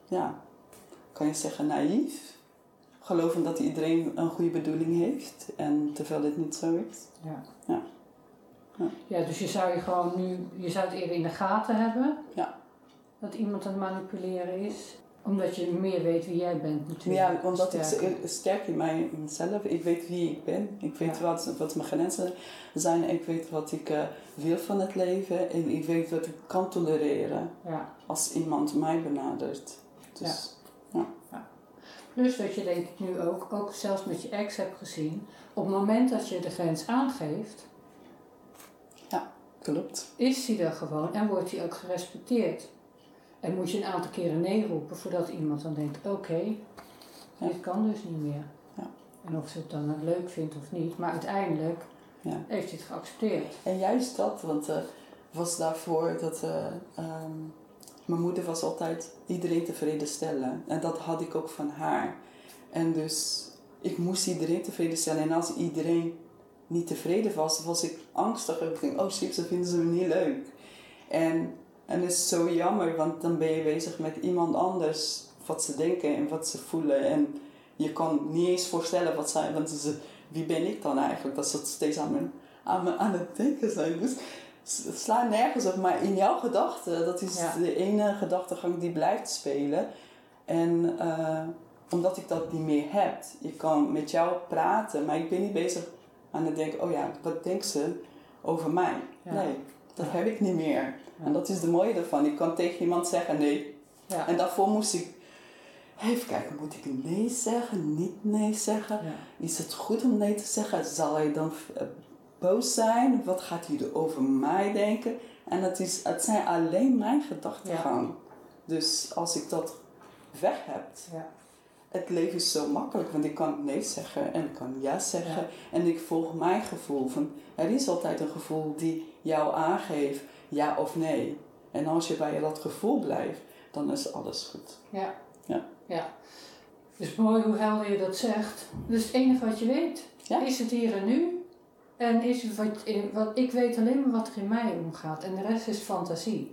kan je zeggen, naïef. Geloven dat iedereen een goede bedoeling heeft. En terwijl het niet zo is. Ja. Ja. Ja. Ja, dus je zou je zou het eerder in de gaten hebben. Ja. Dat iemand aan het manipuleren is. Omdat je meer weet wie jij bent natuurlijk. Ja, omdat ik sterk in mezelf. Ik weet wie ik ben. Ik weet wat mijn grenzen zijn. Ik weet wat ik wil van het leven. En ik weet wat ik kan tolereren. Ja. Als iemand mij benadert. Dus, ja. Plus dat je denk ik nu ook zelfs met je ex hebt gezien. Op het moment dat je de grens aangeeft. Ja, klopt. Is die er gewoon en wordt die ook gerespecteerd. En moet je een aantal keren nee roepen voordat iemand dan denkt, oké, dit kan dus niet meer. Ja. En of ze het dan leuk vindt of niet, maar uiteindelijk heeft hij het geaccepteerd. En juist dat, want was daarvoor dat mijn moeder was altijd iedereen tevreden stellen. En dat had ik ook van haar. En dus ik moest iedereen tevreden stellen. En als iedereen niet tevreden was ik angstig. Ik denk, oh shit, ze vinden ze me niet leuk. En het is zo jammer, want dan ben je bezig met iemand anders, wat ze denken en wat ze voelen. En je kan niet eens voorstellen wat zij, want wie ben ik dan eigenlijk? Dat ze steeds aan het denken zijn. Dus het slaat nergens op, maar in jouw gedachten, dat is de ene gedachtegang die blijft spelen. En omdat ik dat niet meer heb, ik kan met jou praten, maar ik ben niet bezig aan het denken, oh ja, wat denkt ze over mij? Ja. Nee, dat heb ik niet meer. Ja. En dat is de mooie ervan. Ik kan tegen iemand zeggen nee. Ja. En daarvoor moest ik even kijken, moet ik nee zeggen, niet nee zeggen? Ja. Is het goed om nee te zeggen? Zal hij dan boos zijn? Wat gaat hij er over mij denken? En het zijn alleen mijn gedachtegang. Ja. Dus als ik dat weg heb, het leven is zo makkelijk. Want ik kan nee zeggen en ik kan ja zeggen. Ja. En ik volg mijn gevoel. Er is altijd een gevoel die jou aangeeft ja of nee. En als je bij dat gevoel blijft, dan is alles goed. Ja. Ja. Dus mooi hoe helder je dat zegt. Dus het enige wat je weet, is het hier en nu. En is het wat ik weet alleen maar wat er in mij omgaat. En de rest is fantasie.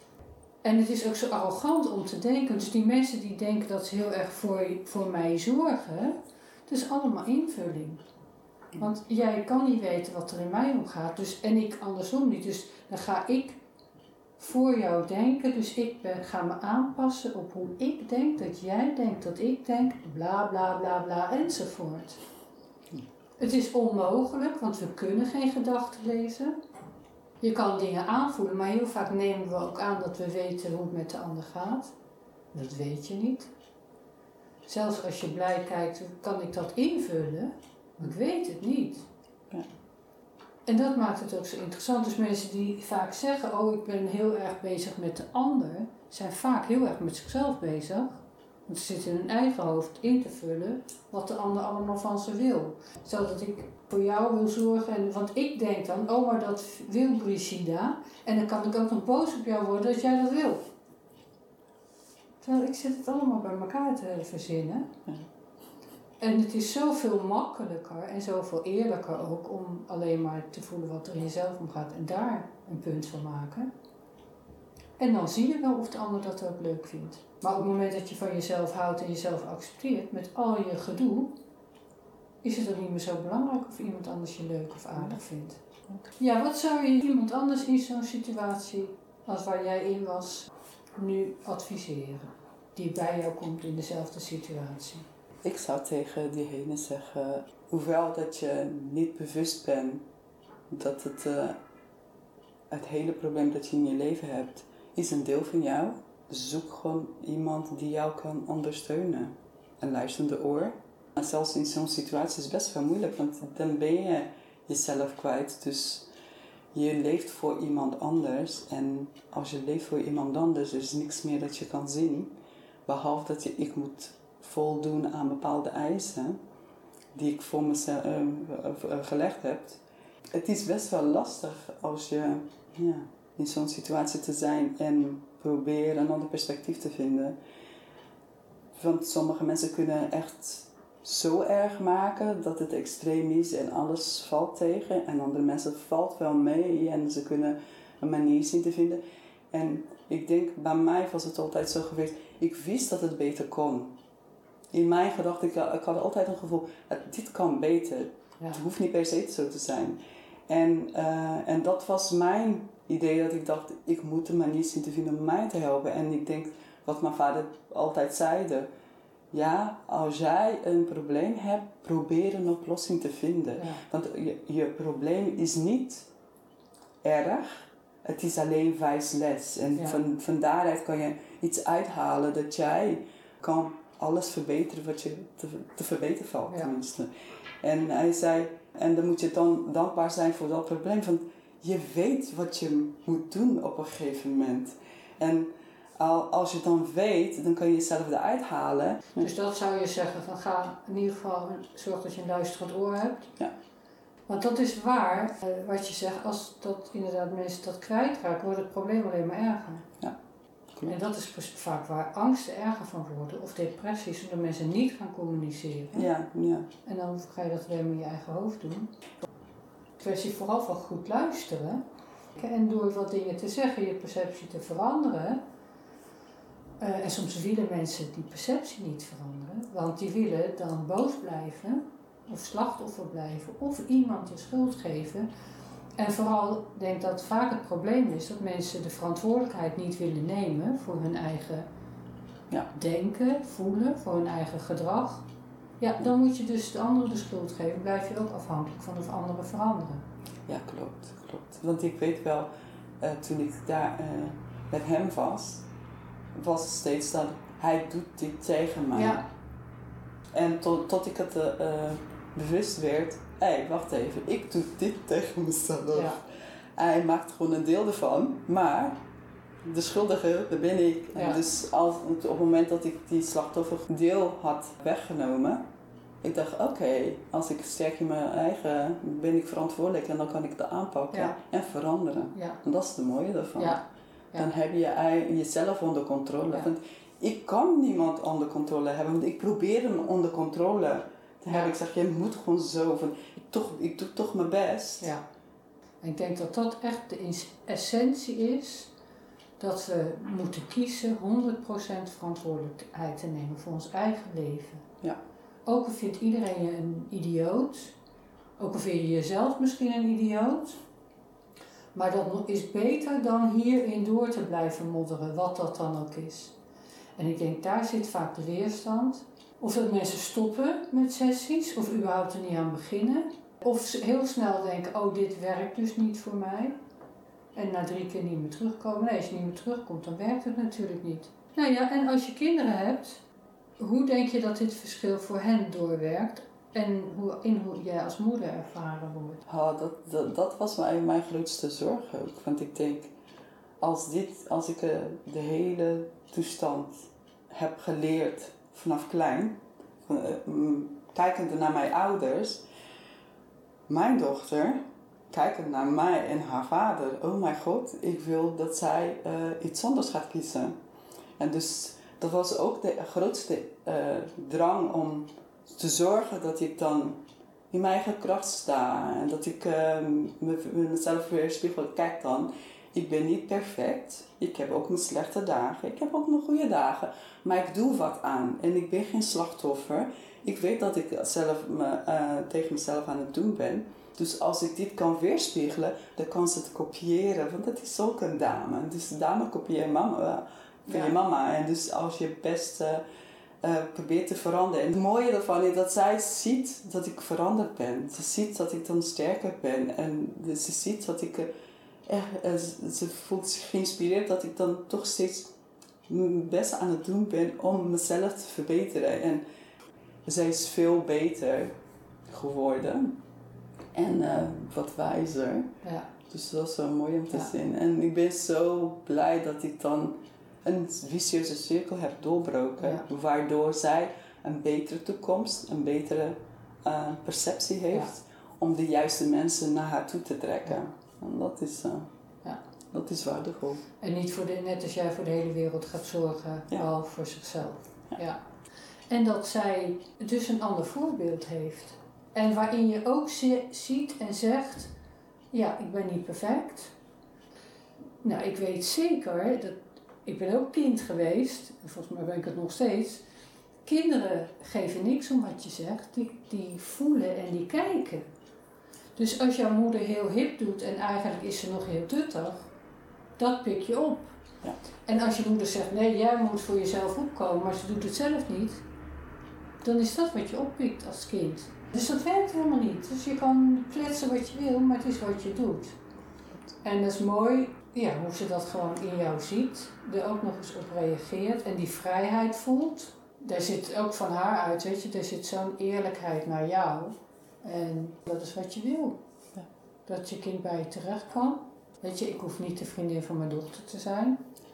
En het is ook zo arrogant om te denken. Dus die mensen die denken dat ze heel erg voor mij zorgen. Het is allemaal invulling. Want jij kan niet weten wat er in mij omgaat. Dus, en ik andersom niet. Dus dan ga ik voor jou denken. Dus ik ga me aanpassen op hoe ik denk. Dat jij denkt dat ik denk. Bla bla bla bla enzovoort. Het is onmogelijk. Want we kunnen geen gedachten lezen. Je kan dingen aanvoelen. Maar heel vaak nemen we ook aan dat we weten hoe het met de ander gaat. Dat weet je niet. Zelfs als je blij kijkt, kan ik dat invullen. Maar ik weet het niet. Ja. En dat maakt het ook zo interessant. Dus mensen die vaak zeggen, oh ik ben heel erg bezig met de ander, zijn vaak heel erg met zichzelf bezig. Want ze zitten in hun eigen hoofd in te vullen wat de ander allemaal van ze wil. Stel dat ik voor jou wil zorgen, want ik denk dan, oh maar dat wil Brigida. En dan kan ik ook nog boos op jou worden als jij dat wil. Terwijl ik zit het allemaal bij elkaar te verzinnen. Ja. En het is zoveel makkelijker en zoveel eerlijker ook om alleen maar te voelen wat er in jezelf omgaat en daar een punt van maken. En dan zie je wel of de ander dat ook leuk vindt. Maar op het moment dat je van jezelf houdt en jezelf accepteert met al je gedoe, is het dan niet meer zo belangrijk of iemand anders je leuk of aardig vindt. Ja, wat zou je iemand anders in zo'n situatie als waar jij in was nu adviseren? Die bij jou komt in dezelfde situatie. Ik zou tegen diegene zeggen, hoewel dat je niet bewust bent dat het hele probleem dat je in je leven hebt, is een deel van jou. Zoek gewoon iemand die jou kan ondersteunen. Een luisterende oor. En zelfs in zo'n situatie is het best wel moeilijk, want dan ben je jezelf kwijt. Dus je leeft voor iemand anders. En als je leeft voor iemand anders, is er niks meer dat je kan zien. Behalve dat ik moet voldoen aan bepaalde eisen die ik voor mezelf gelegd heb. Het is best wel lastig als je in zo'n situatie te zijn en proberen een ander perspectief te vinden. Want sommige mensen kunnen echt zo erg maken dat het extreem is en alles valt tegen. En andere mensen valt wel mee en ze kunnen een manier zien te vinden. En ik denk, bij mij was het altijd zo geweest, ik wist dat het beter kon. In mijn gedachten, ik had altijd een gevoel, dit kan beter. Ja. Het hoeft niet per se zo te zijn. En dat was mijn idee, dat ik dacht, ik moet een manier zien te vinden om mij te helpen. En ik denk, wat mijn vader altijd zeide, ja, als jij een probleem hebt, probeer een oplossing te vinden. Ja. Want je probleem is niet erg, het is alleen wijs les. En van daaruit kan je iets uithalen dat jij kan alles verbeteren wat je te verbeteren valt, tenminste. En hij zei, en dan moet je dan dankbaar zijn voor dat probleem. Want je weet wat je moet doen op een gegeven moment. En als je het dan weet, dan kan je jezelf eruit halen. Dus dat zou je zeggen, van ga in ieder geval zorg dat je een luisterend oor hebt. Ja. Want dat is waar, wat je zegt, als dat inderdaad mensen dat kwijtraken, wordt het probleem alleen maar erger. Ja, klopt. En dat is vaak waar angsten erger van worden, of depressies, omdat mensen niet gaan communiceren. Ja. En dan ga je dat alleen maar in je eigen hoofd doen. Kwestie vooral van goed luisteren. En door wat dingen te zeggen, je perceptie te veranderen. En soms willen mensen die perceptie niet veranderen, want die willen dan boos blijven, of slachtoffer blijven, of iemand de schuld geven. En vooral denk ik dat vaak het probleem is dat mensen de verantwoordelijkheid niet willen nemen voor hun eigen denken, voelen, voor hun eigen gedrag. Ja, dan moet je dus de anderen de schuld geven, blijf je ook afhankelijk van of anderen veranderen. Ja, klopt. Want ik weet wel, toen ik daar met hem was het steeds dat hij doet dit tegen mij. Ja. En tot ik het bewust werd, wacht even, ik doe dit tegen mezelf. Ja. Hij maakt gewoon een deel ervan, maar de schuldige, dat ben ik. Ja. En dus op het moment dat ik die slachtoffer-deel had weggenomen, ik dacht, oké, als ik sterk in mijn eigen ben ik verantwoordelijk en dan kan ik dat aanpakken en veranderen. Ja. En dat is het mooie daarvan. Ja. Ja. Dan heb je jezelf onder controle. Ja. Want ik kan niemand onder controle hebben, want ik probeer hem onder controle te hebben. Ik zeg, je moet gewoon zo, van, ik doe toch mijn best. Ja. En ik denk dat dat echt de essentie is, dat we moeten kiezen 100% verantwoordelijkheid te nemen voor ons eigen leven. Ja. Ook al vindt iedereen je een idioot, ook al vind je jezelf misschien een idioot, maar dat is beter dan hierin door te blijven modderen, wat dat dan ook is. En ik denk, daar zit vaak de weerstand. Of dat mensen stoppen met sessies, of überhaupt er niet aan beginnen. Of ze heel snel denken, oh, dit werkt dus niet voor mij. En na 3 keer niet meer terugkomen. Nee, als je niet meer terugkomt, dan werkt het natuurlijk niet. Nou ja, en als je kinderen hebt, hoe denk je dat dit verschil voor hen doorwerkt? En hoe jij als moeder ervaren wordt? Dat was mijn grootste zorg ook. Want ik denk, als ik de hele toestand heb geleerd vanaf klein, kijkend naar mijn ouders, mijn dochter, kijkend naar mij en haar vader, oh mijn god, ik wil dat zij iets anders gaat kiezen. En dus dat was ook de grootste drang om te zorgen dat ik dan in mijn eigen kracht sta. En dat ik mezelf weer spiegel. Kijk dan, ik ben niet perfect. Ik heb ook mijn slechte dagen. Ik heb ook mijn goede dagen. Maar ik doe wat aan. En ik ben geen slachtoffer. Ik weet dat ik zelf tegen mezelf aan het doen ben. Dus als ik dit kan weerspiegelen, dan kan ze het kopiëren. Want dat is ook een dame. Dus de dame kopieert mama. Van je mama. En dus als je best probeert te veranderen. En het mooie daarvan is dat zij ziet dat ik veranderd ben. Ze ziet dat ik dan sterker ben. En ze ziet dat ik ze voelt zich geïnspireerd dat ik dan toch steeds mijn best aan het doen ben om mezelf te verbeteren. En zij is veel beter geworden. En wat wijzer. Ja. Dus dat is wel mooi om te zien. En ik ben zo blij dat ik dan een vicieuze cirkel heb doorbroken. Ja. Waardoor zij een betere toekomst, een betere perceptie heeft. Om de juiste mensen naar haar toe te trekken. Ja. En dat is waardevol. En niet net als jij voor de hele wereld gaat zorgen, behalve voor zichzelf. Ja. En dat zij dus een ander voorbeeld heeft. En waarin je ook ziet en zegt, ja, ik ben niet perfect. Nou, ik weet zeker, ik ben ook kind geweest, en volgens mij ben ik het nog steeds. Kinderen geven niks om wat je zegt, die voelen en die kijken. Dus als jouw moeder heel hip doet en eigenlijk is ze nog heel tuttig, dat pik je op. Ja. En als je moeder zegt, nee, jij moet voor jezelf opkomen, maar ze doet het zelf niet, dan is dat wat je oppikt als kind. Dus dat werkt helemaal niet. Dus je kan kletsen wat je wil, maar het is wat je doet. En dat is mooi, hoe ze dat gewoon in jou ziet, er ook nog eens op reageert en die vrijheid voelt. Daar zit ook van haar uit, weet je, er zit zo'n eerlijkheid naar jou. En dat is wat je wil. Ja. Dat je kind bij je terecht kan. Weet je, ik hoef niet de vriendin van mijn dochter te zijn.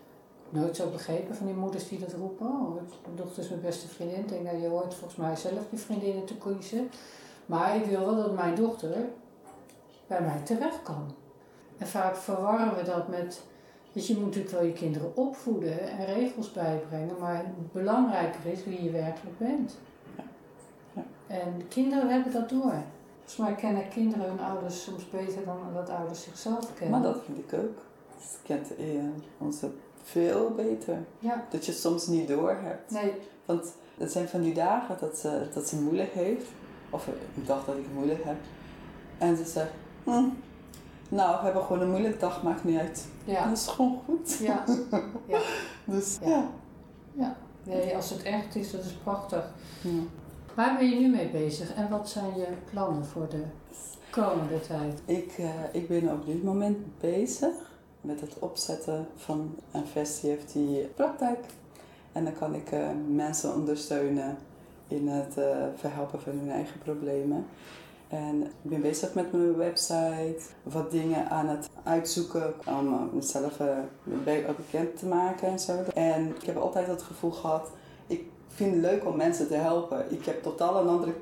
nooit zo begrepen van die moeders die dat roepen. Oh, mijn dochter is mijn beste vriendin. Ik denk, nou, je hoort volgens mij zelf je vriendinnen te kiezen. Maar ik wil wel dat mijn dochter bij mij terecht kan. En vaak verwarren we dat met... Dus je moet natuurlijk wel je kinderen opvoeden en regels bijbrengen. Maar belangrijker is wie je werkelijk bent. Ja. En kinderen hebben dat door. Volgens mij kennen kinderen hun ouders soms beter dan dat ouders zichzelf kennen. Maar dat vind ik ook. Het kent ons veel beter. Ja. Dat je het soms niet door hebt. Nee. Want het zijn van die dagen dat ze moeilijk heeft. Of ik dacht dat ik het moeilijk heb. En ze zegt, nou, we hebben gewoon een moeilijke dag, maakt niet uit. Ja. Dat is gewoon goed. Ja. Ja. Dus Ja. Ja. Nee, als het echt is, dat is prachtig. Ja. Waar ben je nu mee bezig en wat zijn je plannen voor de komende tijd? Ik ben op dit moment bezig met het opzetten van een VSTFT-praktijk. En dan kan ik mensen ondersteunen in het verhelpen van hun eigen problemen. En ik ben bezig met mijn website, wat dingen aan het uitzoeken om mezelf bekend te maken en zo. En ik heb altijd het gevoel gehad, ik vind het leuk om mensen te helpen. Ik heb totaal een andere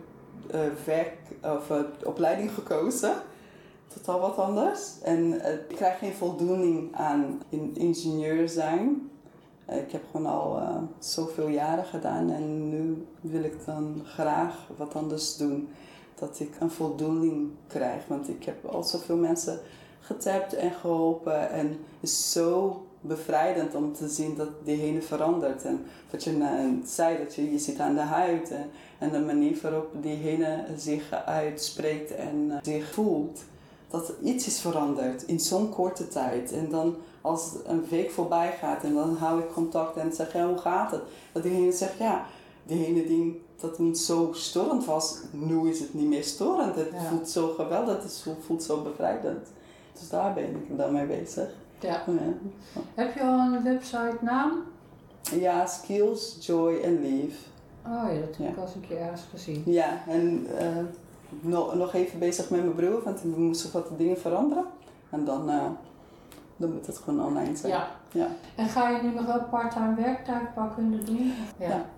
opleiding gekozen. Totaal wat anders. En ik krijg geen voldoening aan ingenieur zijn. Ik heb gewoon al zoveel jaren gedaan en nu wil ik dan graag wat anders doen. Dat ik een voldoening krijg. Want ik heb al zoveel mensen getapt en geholpen. En het is zo bevrijdend om te zien dat diegene verandert. En wat je zei, dat je ziet aan de huid. En de manier waarop diegene zich uitspreekt en zich voelt. Dat iets is veranderd in zo'n korte tijd. En dan als een week voorbij gaat en dan hou ik contact en zeg, ja, hoe gaat het? Dat diegene zegt, ja, diegene die dat niet zo storend was, nu is het niet meer storend. Het voelt zo geweldig, het voelt zo bevrijdend. Dus daar ben ik dan mee bezig. Ja. Heb je al een website naam? Ja, Skills, Joy and Lief. Oh ja, dat heb ik al eens een keer ergens gezien. Ja, en nog even bezig met mijn broer, want we moesten wat dingen veranderen. En dan moet het gewoon online zijn. Ja. Ja. En ga je nu nog wel part-time werktuigbouwkunde doen? Ja.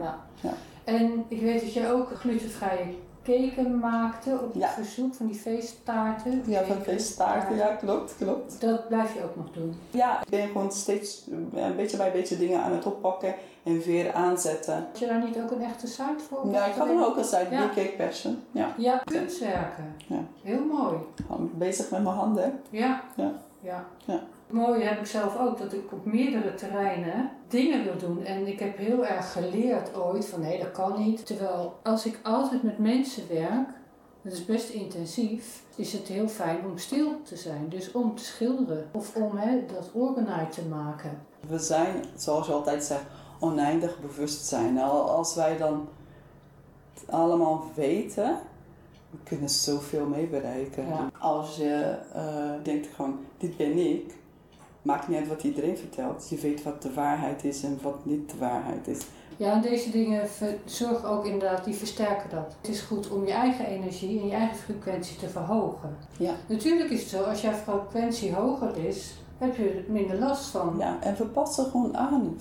En ik weet dat je ook glutenvrije cake maakte op het verzoek van die feesttaarten. Ja, van feesttaarten, ja, klopt. Dat blijf je ook nog doen? Ja, ik ben gewoon steeds beetje bij beetje dingen aan het oppakken en weer aanzetten. Heb je daar niet ook een echte site voor? Ja, ik had dan ook een site, Cake Passion. Ja, kunstwerken. Ja. Heel mooi. Gewoon bezig met mijn handen. Ja. Mooi heb ik zelf ook, dat ik op meerdere terreinen dingen wil doen. En ik heb heel erg geleerd ooit van nee, dat kan niet. Terwijl als ik altijd met mensen werk, dat is best intensief, is het heel fijn om stil te zijn. Dus om te schilderen of om dat organite te maken. We zijn, zoals je altijd zegt, oneindig bewustzijn. Als wij dan het allemaal weten, we kunnen zoveel mee bereiken. Ja. Als je denkt gewoon, dit ben ik. Maakt niet uit wat iedereen vertelt. Je weet wat de waarheid is en wat niet de waarheid is. Ja, en deze dingen zorgen ook inderdaad, die versterken dat. Het is goed om je eigen energie en je eigen frequentie te verhogen. Ja. Natuurlijk is het zo, als jouw frequentie hoger is, heb je er minder last van. Ja, en we passen gewoon aan.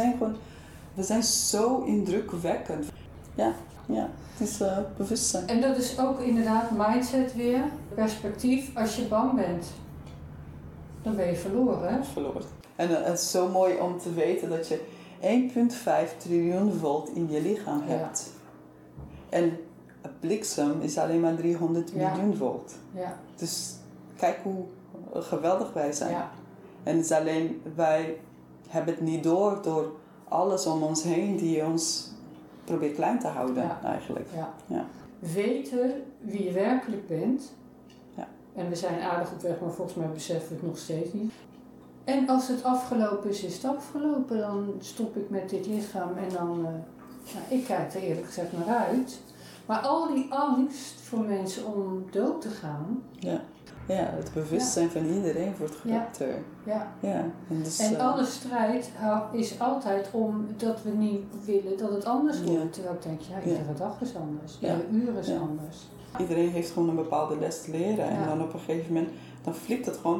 We zijn zo indrukwekkend. Ja, het is bewustzijn. En dat is ook inderdaad mindset weer, perspectief. Als je bang bent, dan ben je verloren. En het is zo mooi om te weten dat je 1,5 triljoen volt in je lichaam hebt. En een bliksem is alleen maar 300 miljoen volt. Ja. Dus kijk hoe geweldig wij zijn. Ja. En het is alleen, wij hebben het niet door alles om ons heen die ons probeert klein te houden eigenlijk. Ja. Weten wie je werkelijk bent. Ja. En we zijn aardig op weg, maar volgens mij beseffen we het nog steeds niet. En als het afgelopen is, is het afgelopen. Dan stop ik met dit lichaam en dan... ik kijk er eerlijk gezegd naar uit. Maar al die angst voor mensen om dood te gaan... Ja, het bewustzijn van iedereen wordt groter. Ja. En alle strijd is altijd omdat we niet willen dat het anders wordt. Ja. Terwijl ik denk, iedere dag is anders. Iedere uur is anders. Iedereen heeft gewoon een bepaalde les te leren. En dan op een gegeven moment, dan flipt het gewoon.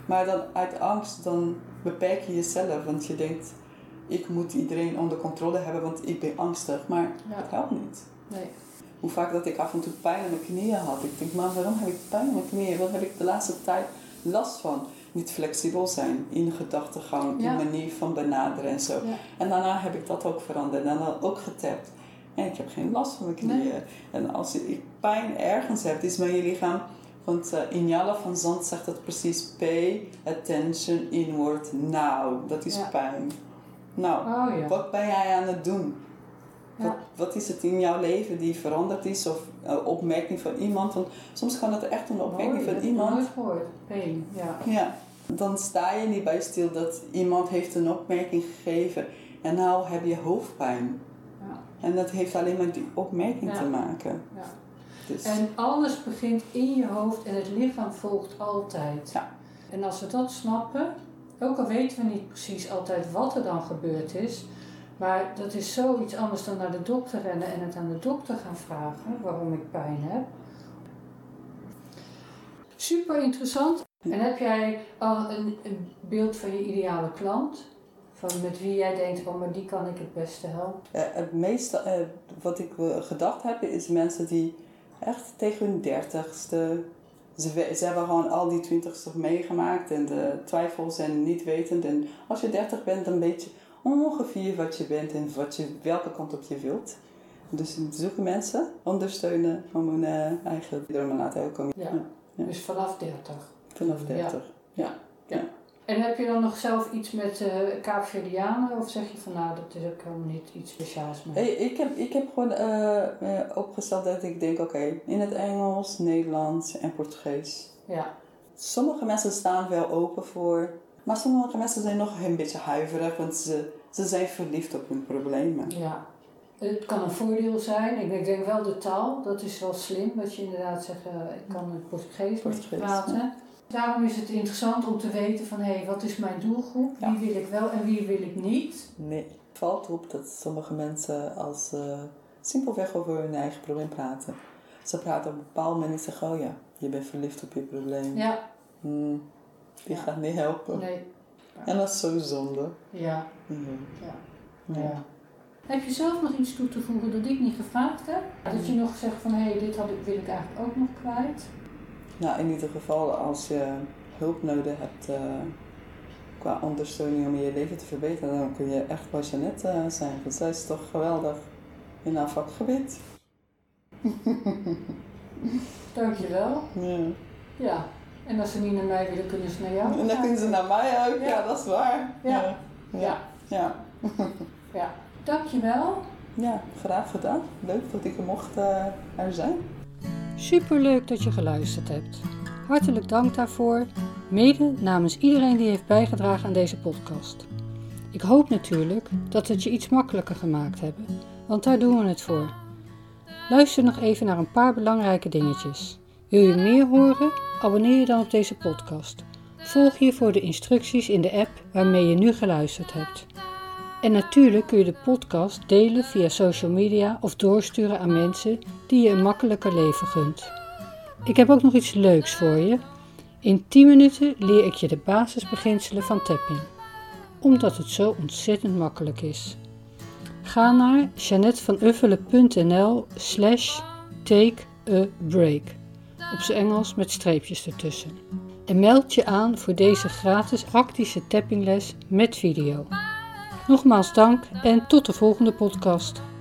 Maar dan uit angst, dan beperk je jezelf. Want je denkt, ik moet iedereen onder controle hebben, want ik ben angstig. Maar dat helpt niet. Nee. Hoe vaak dat ik af en toe pijn in mijn knieën had. Ik denk, maar waarom heb ik pijn in mijn knieën? Wat heb ik de laatste tijd last van? Niet flexibel zijn in gedachtegang, in manier van benaderen en zo. Ja. En daarna heb ik dat ook veranderd en dan ook getapt. En ik heb geen last van mijn knieën. Nee. En als ik pijn ergens heb, is mijn lichaam... Want Inyala van Zandt zegt dat precies. Pay attention inward now. Dat is pijn. Nou, wat ben jij aan het doen? Ja. Wat is het in jouw leven die veranderd is? Of een opmerking van iemand? Want soms kan het echt een opmerking van iemand. Nooit gehoord. Pijn, ja. Dan sta je niet bij stil dat iemand heeft een opmerking gegeven. En nou heb je hoofdpijn. Ja. En dat heeft alleen maar die opmerking te maken. Ja. Dus. En alles begint in je hoofd en het lichaam volgt altijd. Ja. En als we dat snappen, ook al weten we niet precies altijd wat er dan gebeurd is, maar dat is zoiets anders dan naar de dokter rennen en het aan de dokter gaan vragen waarom ik pijn heb. Super interessant. En heb jij al een beeld van je ideale klant? Van met wie jij denkt, maar die kan ik het beste helpen? Het meeste wat ik gedacht heb, is mensen die echt tegen hun 30ste. Ze hebben gewoon al die 20ste meegemaakt en de twijfels en niet wetend. En als je 30 bent, dan weet je ongeveer wat je bent en welke kant op je wilt. Dus zoeken mensen, ondersteunen, gewoon eigen dromen laten uitkomen. Ja. Dus vanaf 30? Vanaf 30, ja. En heb je dan nog zelf iets met Kaapverdianen of zeg je van dat is ook helemaal niet iets speciaals meer? Hey, ik heb gewoon opgesteld dat ik denk, oké, in het Engels, Nederlands en Portugees. Ja. Sommige mensen staan wel open voor, maar sommige mensen zijn nog een beetje huiverig, want ze zijn verliefd op hun problemen. Ja. Het kan een voordeel zijn. Ik denk wel de taal, dat is wel slim, dat je inderdaad zegt, ik kan het Portugees praten. Ja. Daarom is het interessant om te weten van, wat is mijn doelgroep? Wie wil ik wel en wie wil ik niet? Nee, het valt op dat sommige mensen als simpelweg over hun eigen probleem praten. Ze praten op een bepaald moment en zeggen, je bent verliefd op je probleem. Ja. Die gaat niet helpen. Nee. Ja. En dat is zo zonde. Ja. Ja. Heb je zelf nog iets toe te voegen dat ik niet gevraagd heb? Dat je nog zegt van, dit wil ik eigenlijk ook nog kwijt? Nou, in ieder geval, als je hulp nodig hebt qua ondersteuning om je leven te verbeteren, dan kun je echt bij Jeannette zijn. Want zij is toch geweldig in haar vakgebied. Dankjewel. Ja. En als ze niet naar mij willen, kunnen ze naar jou. En dan kunnen ze naar mij ook, ja dat is waar. Ja. Dankjewel. Ja, graag gedaan. Leuk dat ik er mocht er zijn. Superleuk dat je geluisterd hebt. Hartelijk dank daarvoor, mede namens iedereen die heeft bijgedragen aan deze podcast. Ik hoop natuurlijk dat het je iets makkelijker gemaakt hebben, want daar doen we het voor. Luister nog even naar een paar belangrijke dingetjes. Wil je meer horen? Abonneer je dan op deze podcast. Volg hiervoor de instructies in de app waarmee je nu geluisterd hebt. En natuurlijk kun je de podcast delen via social media of doorsturen aan mensen die je een makkelijker leven gunt. Ik heb ook nog iets leuks voor je. In 10 minuten leer ik je de basisbeginselen van tapping. Omdat het zo ontzettend makkelijk is. Ga naar jeanettevanuffelen.nl/take-a-break. Op z'n Engels met streepjes ertussen. En meld je aan voor deze gratis praktische tappingles met video. Nogmaals dank en tot de volgende podcast.